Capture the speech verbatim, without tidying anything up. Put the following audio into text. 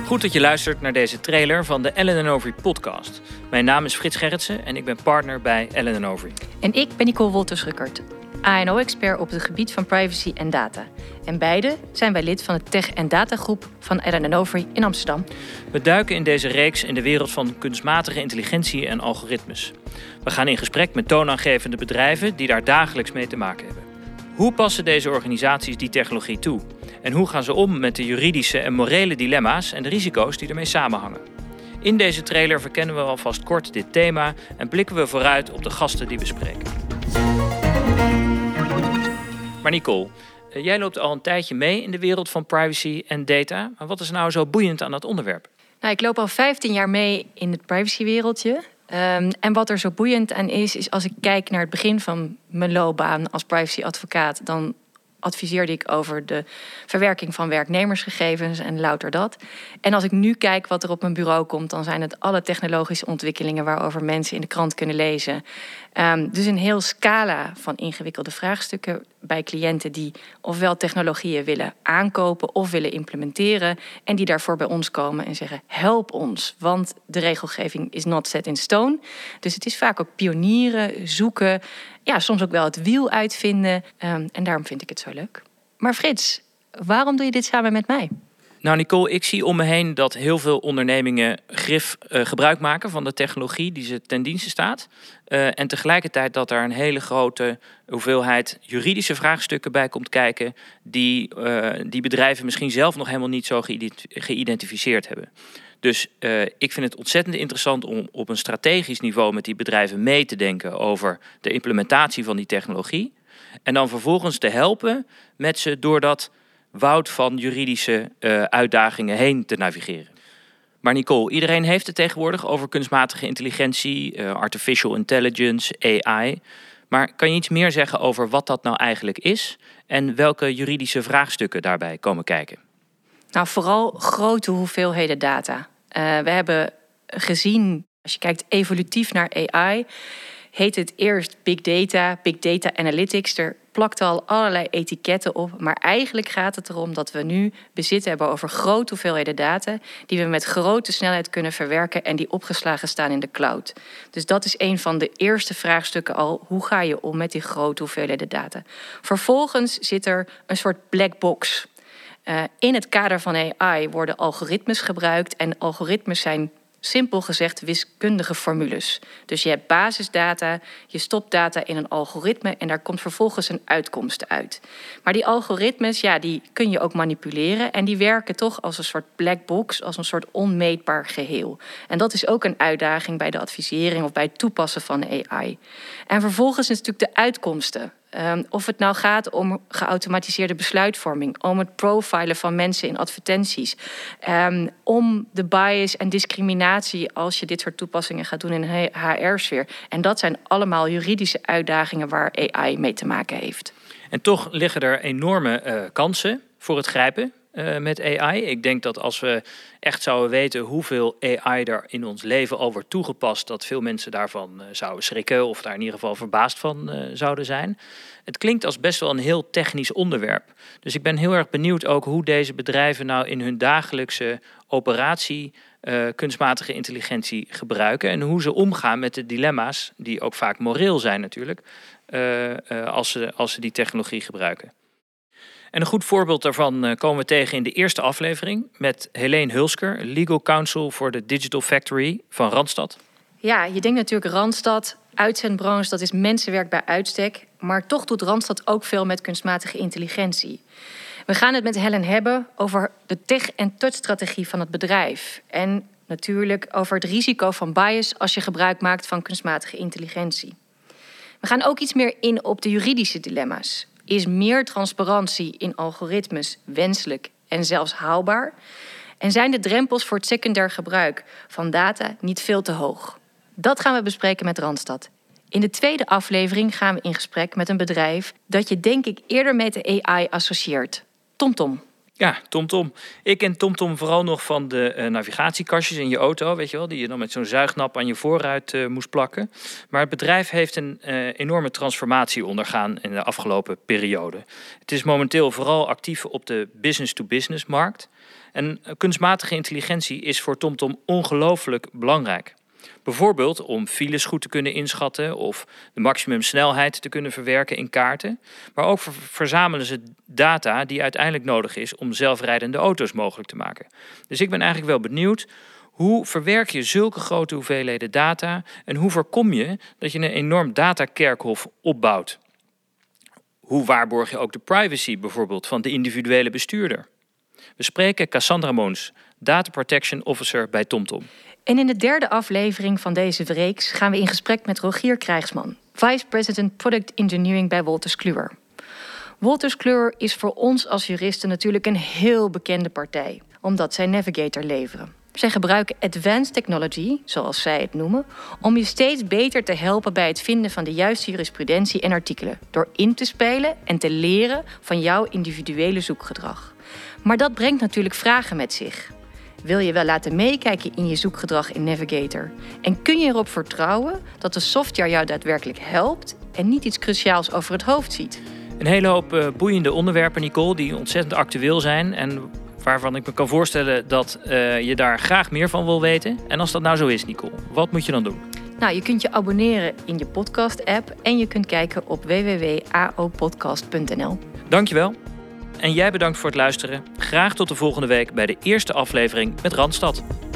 Goed dat je luistert naar deze trailer van de Allen en Overy podcast. Mijn naam is Frits Gerritsen en ik ben partner bij Allen en Overy. En ik ben Nicole Wolters-Ruckert, A en O-expert op het gebied van privacy en data. En beide zijn wij lid van de Tech- en Datagroep van Allen en Overy in Amsterdam. We duiken in deze reeks in de wereld van kunstmatige intelligentie en algoritmes. We gaan in gesprek met toonaangevende bedrijven die daar dagelijks mee te maken hebben. Hoe passen deze organisaties die technologie toe? En hoe gaan ze om met de juridische en morele dilemma's en de risico's die ermee samenhangen? In deze trailer verkennen we alvast kort dit thema en blikken we vooruit op de gasten die we spreken. Maar Nicole, jij loopt al een tijdje mee in de wereld van privacy en data. Maar wat is nou zo boeiend aan dat onderwerp? Nou, ik loop al vijftien jaar mee in het privacywereldje. Um, en wat er zo boeiend aan is, is als ik kijk naar het begin van mijn loopbaan als privacyadvocaat, dan adviseerde ik over de verwerking van werknemersgegevens en louter dat. En als ik nu kijk wat er op mijn bureau komt, dan zijn het alle technologische ontwikkelingen waarover mensen in de krant kunnen lezen. Um, dus een heel scala van ingewikkelde vraagstukken bij cliënten die ofwel technologieën willen aankopen of willen implementeren en die daarvoor bij ons komen en zeggen: help ons, want de regelgeving is not set in stone. Dus het is vaak ook pionieren, zoeken, ja, soms ook wel het wiel uitvinden. Um, en daarom vind ik het zo leuk. Maar Frits, waarom doe je dit samen met mij? Nou Nicole, ik zie om me heen dat heel veel ondernemingen grif uh, gebruik maken van de technologie die ze ten dienste staat. Uh, en tegelijkertijd dat daar een hele grote hoeveelheid juridische vraagstukken bij komt kijken die, uh, die bedrijven misschien zelf nog helemaal niet zo geïdentificeerd hebben. Dus uh, ik vind het ontzettend interessant om op een strategisch niveau met die bedrijven mee te denken over de implementatie van die technologie. En dan vervolgens te helpen met ze door dat woud van juridische uh, uitdagingen heen te navigeren. Maar Nicole, iedereen heeft het tegenwoordig over kunstmatige intelligentie, uh, artificial intelligence, A I. Maar kan je iets meer zeggen over wat dat nou eigenlijk is en welke juridische vraagstukken daarbij komen kijken? Nou, vooral grote hoeveelheden data. Uh, we hebben gezien, als je kijkt evolutief naar A I, heet het eerst big data, big data analytics. Er plakt al allerlei etiketten op. Maar eigenlijk gaat het erom dat we nu bezit hebben over grote hoeveelheden data die we met grote snelheid kunnen verwerken en die opgeslagen staan in de cloud. Dus dat is een van de eerste vraagstukken al. Hoe ga je om met die grote hoeveelheden data? Vervolgens zit er een soort black box. Uh, in het kader van A I worden algoritmes gebruikt en algoritmes zijn simpel gezegd wiskundige formules. Dus je hebt basisdata, je stopt data in een algoritme en daar komt vervolgens een uitkomst uit. Maar die algoritmes, ja, die kun je ook manipuleren en die werken toch als een soort black box, als een soort onmeetbaar geheel. En dat is ook een uitdaging bij de advisering of bij het toepassen van A I. En vervolgens is natuurlijk de uitkomsten. Um, of het nou gaat om geautomatiseerde besluitvorming, om het profilen van mensen in advertenties, um, om de bias en discriminatie als je dit soort toepassingen gaat doen in een H R-sfeer. En dat zijn allemaal juridische uitdagingen waar A I mee te maken heeft. En toch liggen er enorme uh, kansen voor het grijpen uh, met A I. Ik denk dat als we echt zouden weten hoeveel A I er in ons leven al wordt toegepast, dat veel mensen daarvan uh, zouden schrikken of daar in ieder geval verbaasd van uh, zouden zijn. Het klinkt als best wel een heel technisch onderwerp. Dus ik ben heel erg benieuwd ook hoe deze bedrijven nou in hun dagelijkse operatie uh, kunstmatige intelligentie gebruiken en hoe ze omgaan met de dilemma's, die ook vaak moreel zijn natuurlijk, uh, uh, als ze, als ze die technologie gebruiken. En een goed voorbeeld daarvan komen we tegen in de eerste aflevering met Helene Hulsker, Legal Counsel voor de Digital Factory van Randstad. Ja, je denkt natuurlijk Randstad, uitzendbranche, dat is mensenwerk bij uitstek. Maar toch doet Randstad ook veel met kunstmatige intelligentie. We gaan het met Helen hebben over de tech- en touch-strategie van het bedrijf. En natuurlijk over het risico van bias als je gebruik maakt van kunstmatige intelligentie. We gaan ook iets meer in op de juridische dilemma's. Is meer transparantie in algoritmes wenselijk en zelfs haalbaar? En zijn de drempels voor het secundair gebruik van data niet veel te hoog? Dat gaan we bespreken met Randstad. In de tweede aflevering gaan we in gesprek met een bedrijf dat je denk ik eerder met de A I associeert. TomTom. Ja, TomTom. Ik ken TomTom vooral nog van de uh, navigatiekastjes in je auto, weet je wel, die je dan met zo'n zuignap aan je voorruit uh, moest plakken. Maar het bedrijf heeft een uh, enorme transformatie ondergaan in de afgelopen periode. Het is momenteel vooral actief op de business-to-business markt. En kunstmatige intelligentie is voor TomTom ongelooflijk belangrijk. Bijvoorbeeld om files goed te kunnen inschatten of de maximumsnelheid te kunnen verwerken in kaarten. Maar ook verzamelen ze data die uiteindelijk nodig is om zelfrijdende auto's mogelijk te maken. Dus ik ben eigenlijk wel benieuwd, hoe verwerk je zulke grote hoeveelheden data en hoe voorkom je dat je een enorm datakerkhof opbouwt? Hoe waarborg je ook de privacy bijvoorbeeld van de individuele bestuurder? We spreken Cassandra Moons, Data Protection Officer bij TomTom. En in de derde aflevering van deze reeks gaan we in gesprek met Rogier Krijgsman, Vice President Product Engineering bij Wolters Kluwer. Wolters Kluwer is voor ons als juristen natuurlijk een heel bekende partij, omdat zij Navigator leveren. Zij gebruiken advanced technology, zoals zij het noemen, om je steeds beter te helpen bij het vinden van de juiste jurisprudentie en artikelen, door in te spelen en te leren van jouw individuele zoekgedrag. Maar dat brengt natuurlijk vragen met zich. Wil je wel laten meekijken in je zoekgedrag in Navigator? En kun je erop vertrouwen dat de software jou daadwerkelijk helpt en niet iets cruciaals over het hoofd ziet? Een hele hoop uh, boeiende onderwerpen, Nicole, die ontzettend actueel zijn en waarvan ik me kan voorstellen dat uh, je daar graag meer van wil weten. En als dat nou zo is, Nicole, wat moet je dan doen? Nou, je kunt je abonneren in je podcast-app en je kunt kijken op w w w punt a o podcast punt n l. Dankjewel. En jij bedankt voor het luisteren. Graag tot de volgende week bij de eerste aflevering met Randstad.